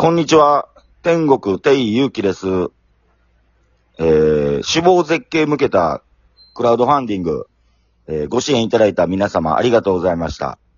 こんにちは。天国定祐樹です。死亡絶景向けたクラウドファンディング、ご支援いただいた皆様ありがとうございました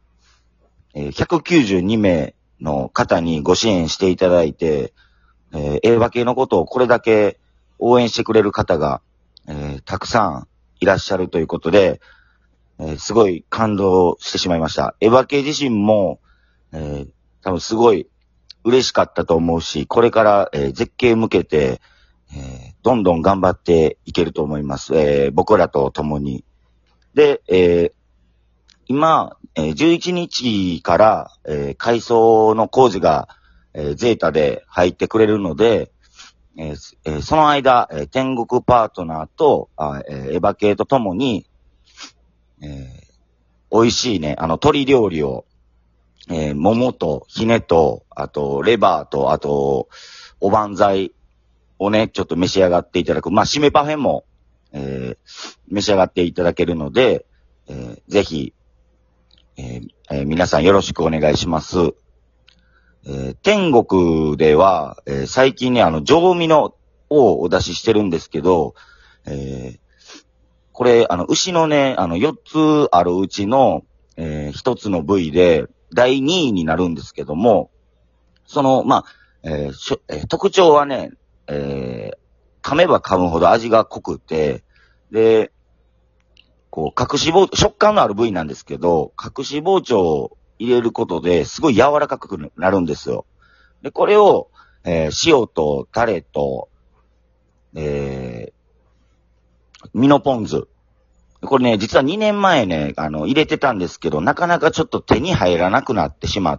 。192名の方にご支援していただいて、映画系のことをこれだけ応援してくれる方が、たくさんいらっしゃるということで、すごい感動してしまいました。エヴァ系自身も、多分すごい嬉しかったと思うし、これから、絶景向けて、どんどん頑張っていけると思います。僕らと共に。で、今、11日から、改装の工事が、ゼータで入ってくれるので、その間、天国パートナーと、エヴァ系と共に、美味しいね、鶏料理を、ももと、ひねと、あと、レバーと、あと、おばんざいをね、ちょっと召し上がっていただく。まあ、締めパフェも、召し上がっていただけるので、ぜひ、皆さんよろしくお願いします。天国では、最近ね、上味のをお出ししてるんですけど、これ、牛のね、4つあるうちの、1つの部位で、第2位になるんですけども、その、まあ、特徴はね、噛めば噛むほど味が濃くて、で、こう、食感のある部位なんですけど、隠し包丁を入れることですごい柔らかくなるんですよ。で、これを、塩とタレと、ミノポン酢。これね、実は2年前ね、入れてたんですけど、なかなかちょっと手に入らなくなってしまって、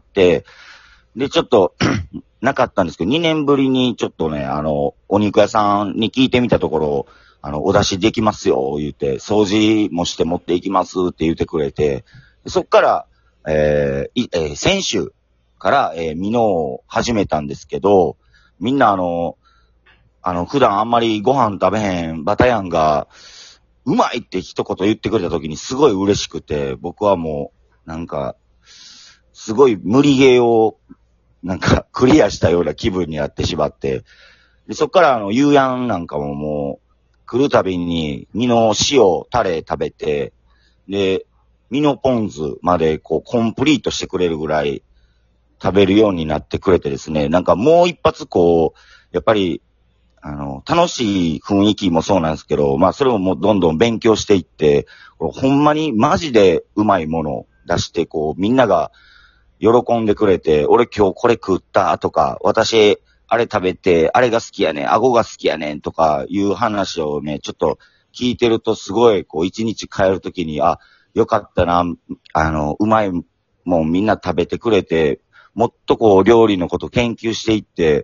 で、ちょっとなかったんですけど、2年ぶりにちょっとね、お肉屋さんに聞いてみたところ、お出しできますよ、言って、掃除もして持っていきますって言ってくれて、そっから、先週から、ミノを始めたんですけど、みんな普段あんまりご飯食べへんバタヤンが、うまいって一言言ってくれた時にすごい嬉しくて、僕はもう、なんか、すごい無理ゲーを、なんか、クリアしたような気分になってしまって、でそっから夕飯なんかももう、来るたびに、身の塩、タレ食べて、で、身のポン酢までこう、コンプリートしてくれるぐらい、食べるようになってくれてですね、なんかもう一発こう、やっぱり、楽しい雰囲気もそうなんですけど、まあそれをもうどんどん勉強していって、ほんまにマジでうまいものを出して、こうみんなが喜んでくれて、俺今日これ食ったとか、私あれ食べて、あれが好きやねん、顎が好きやねんとかいう話をね、ちょっと聞いてるとすごいこう一日帰るときに、あ、よかったな、うまいもんみんな食べてくれて、もっとこう料理のこと研究していって、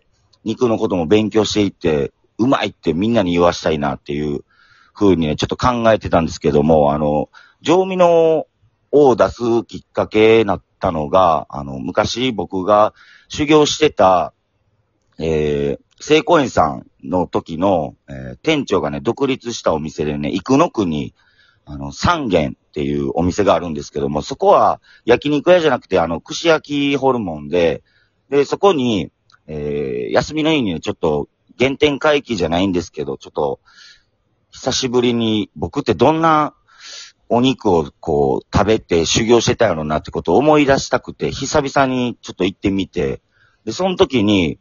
肉のことも勉強していって、うまいってみんなに言わしたいなっていう風にね、ちょっと考えてたんですけども、上味のを出すきっかけになったのが、昔僕が修行してた、聖光園さんの時の、店長がね、独立したお店でね、生野区に、三軒っていうお店があるんですけども、そこは焼肉屋じゃなくて、串焼きホルモンで、で、そこに、休みの日にねちょっと原点回帰じゃないんですけど、ちょっと久しぶりに僕ってどんなお肉をこう食べて修行してたやろなってことを思い出したくて、久々にちょっと行ってみて、で、その時に、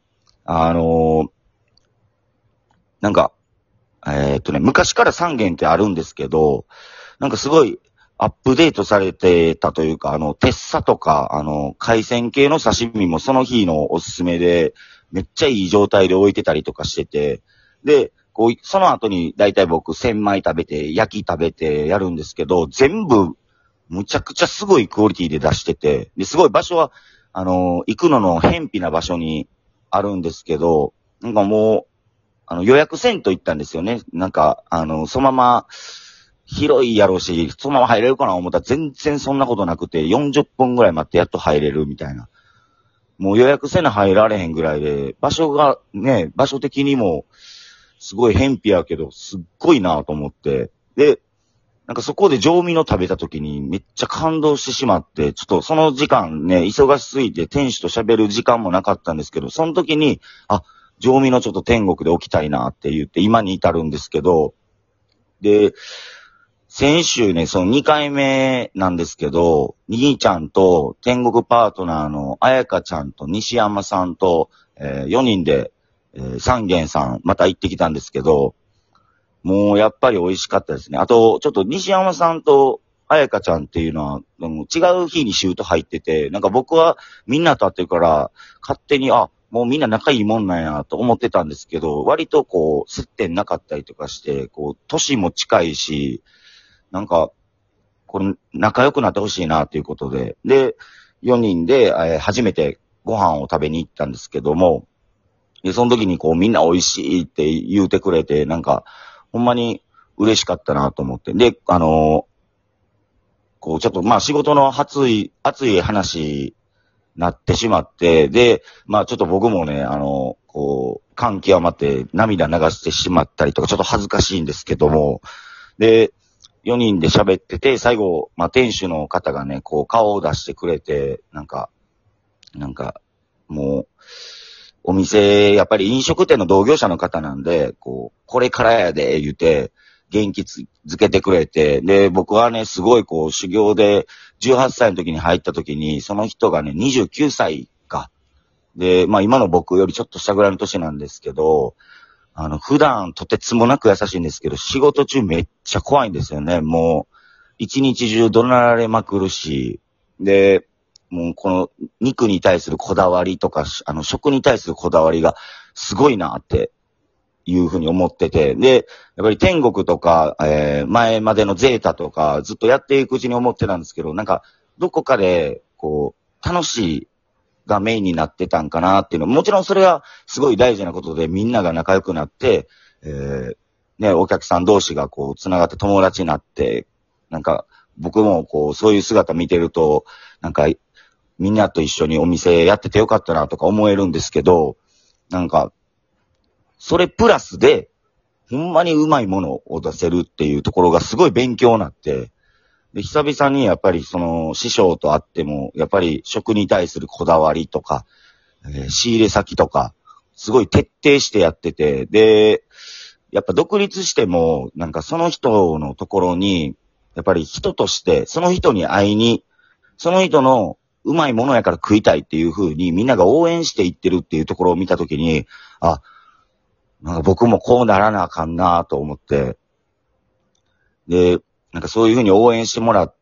なんか、昔から三軒ってあるんですけど、なんかすごいアップデートされてたというか、鉄砂とか、海鮮系の刺身もその日のおすすめで、めっちゃいい状態で置いてたりとかしてて、で、こう、その後に大体僕、千枚食べて、焼き食べてやるんですけど、全部、むちゃくちゃすごいクオリティで出してて、で、すごい場所は、行くのの偏僻な場所にあるんですけど、なんかもう、予約せんと行ったんですよね。なんか、そのまま、広いやろうし、そのまま入れるかな思ったら全然そんなことなくて、40分ぐらい待ってやっと入れるみたいな。もう予約せな入られへんぐらいで、場所がね、場所的にも、すごい偏僻やけど、すっごいなと思って。で、 なんかそこで上味の食べた時にめっちゃ感動してしまって、ちょっとその時間ね、忙しすぎて店主と喋る時間もなかったんですけど、その時に、上味のちょっと天国で起きたいなって言って今に至るんですけど、で、先週ね、その2回目なんですけど、兄ちゃんと天国パートナーの彩香ちゃんと西山さんと、4人で、三軒さんまた行ってきたんですけど、もうやっぱり美味しかったですね。あと、ちょっと西山さんと彩香ちゃんっていうのは、違う日にシュート入ってて、なんか僕はみんなと会ってるから、勝手に、もうみんな仲いいもんなんやと思ってたんですけど、割とこう、接点なかったりとかして、こう、年も近いし、なんか、これ仲良くなってほしいなということで、で、4人で、初めてご飯を食べに行ったんですけども、で、その時にこうみんな美味しいって言うてくれて、なんか、ほんまに嬉しかったなと思って。で、こうちょっとまあ仕事の熱い話になってしまって、で、まあちょっと僕もね、こう、感極まって涙流してしまったりとか、ちょっと恥ずかしいんですけども、で、4人で喋ってて、最後、まあ店主の方がね、こう顔を出してくれて、なんか、もう、お店、やっぱり飲食店の同業者の方なんで、こう、これからやで、言うて、元気づけてくれて、で、僕はね、すごいこう、修行で、18歳の時に入った時に、その人がね、29歳か。で、まあ今の僕よりちょっと下ぐらいの年なんですけど、普段とてつもなく優しいんですけど、仕事中めっちゃ怖いんですよね。もう、一日中怒鳴られまくるし、で、もうこの肉に対するこだわりとか、食に対するこだわりがすごいなっていうふうに思ってて、で、やっぱり天国とか、前までのゼータとかずっとやっていくうちに思ってたんですけど、なんかどこかでこう楽しいがメインになってたんかなっていうのもちろんそれはすごい大事なことでみんなが仲良くなって、ね、お客さん同士がこう繋がって友達になって、なんか僕もこうそういう姿見てると、なんかみんなと一緒にお店やっててよかったなとか思えるんですけど、なんか、それプラスで、ほんまにうまいものを出せるっていうところがすごい勉強になって、で、久々にやっぱりその師匠と会っても、やっぱり食に対するこだわりとか、仕入れ先とか、すごい徹底してやってて、で、やっぱ独立しても、なんかその人のところに、やっぱり人として、その人に会いに、その人のうまいものやから食いたいっていう風にみんなが応援していってるっていうところを見たときに、なんか僕もこうならなあかんなと思って、で、なんかそういう風に応援してもらって、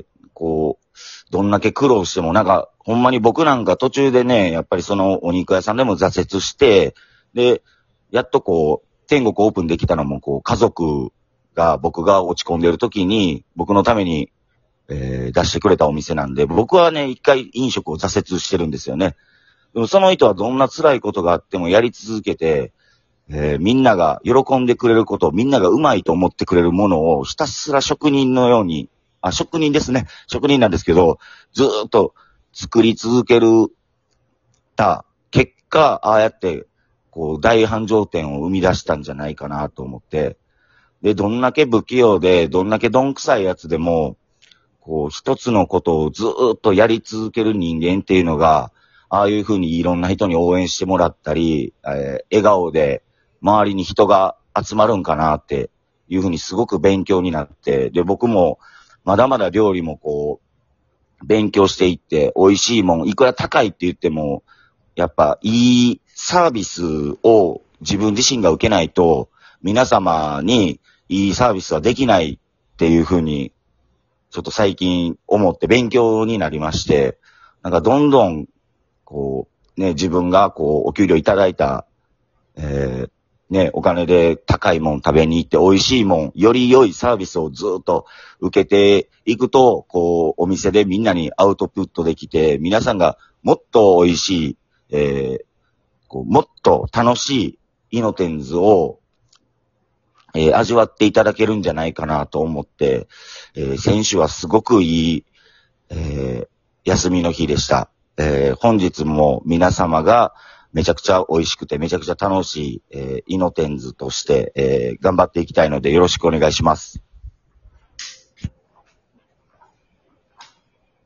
こう、どんだけ苦労しても、なんかほんまに僕なんか途中でね、やっぱりそのお肉屋さんでも挫折して、で、やっとこう、天国オープンできたのもこう、家族が僕が落ち込んでる時に、僕のために出してくれたお店なんで、僕はね、一回飲食を挫折してるんですよね。でもその人はどんな辛いことがあってもやり続けて、みんなが喜んでくれること、みんながうまいと思ってくれるものをひたすら職人のように、職人ですね。職人なんですけど、ずーっと作り続けるた結果、ああやって、こう、大繁盛店を生み出したんじゃないかなと思って、で、どんだけ不器用で、どんだけどんくさいやつでも、こう、一つのことをずーっとやり続ける人間っていうのが、ああいうふうにいろんな人に応援してもらったり、笑顔で周りに人が集まるんかなっていうふうにすごく勉強になって、で、僕もまだまだ料理もこう、勉強していって、美味しいもん、いくら高いって言っても、やっぱいいサービスを自分自身が受けないと、皆様にいいサービスはできないっていうふうにちょっと最近思って勉強になりまして、なんかどんどん、こう、ね、自分がこう、お給料いただいた、ね、お金で高いもん食べに行って美味しいもん、より良いサービスをずっと受けていくと、こう、お店でみんなにアウトプットできて、皆さんがもっと美味しい、こうもっと楽しいイノテンズを味わっていただけるんじゃないかなと思って、先週はすごくいい、休みの日でした。本日も皆様がめちゃくちゃ美味しくてめちゃくちゃ楽しい、イノテンズとして、頑張っていきたいのでよろしくお願いします。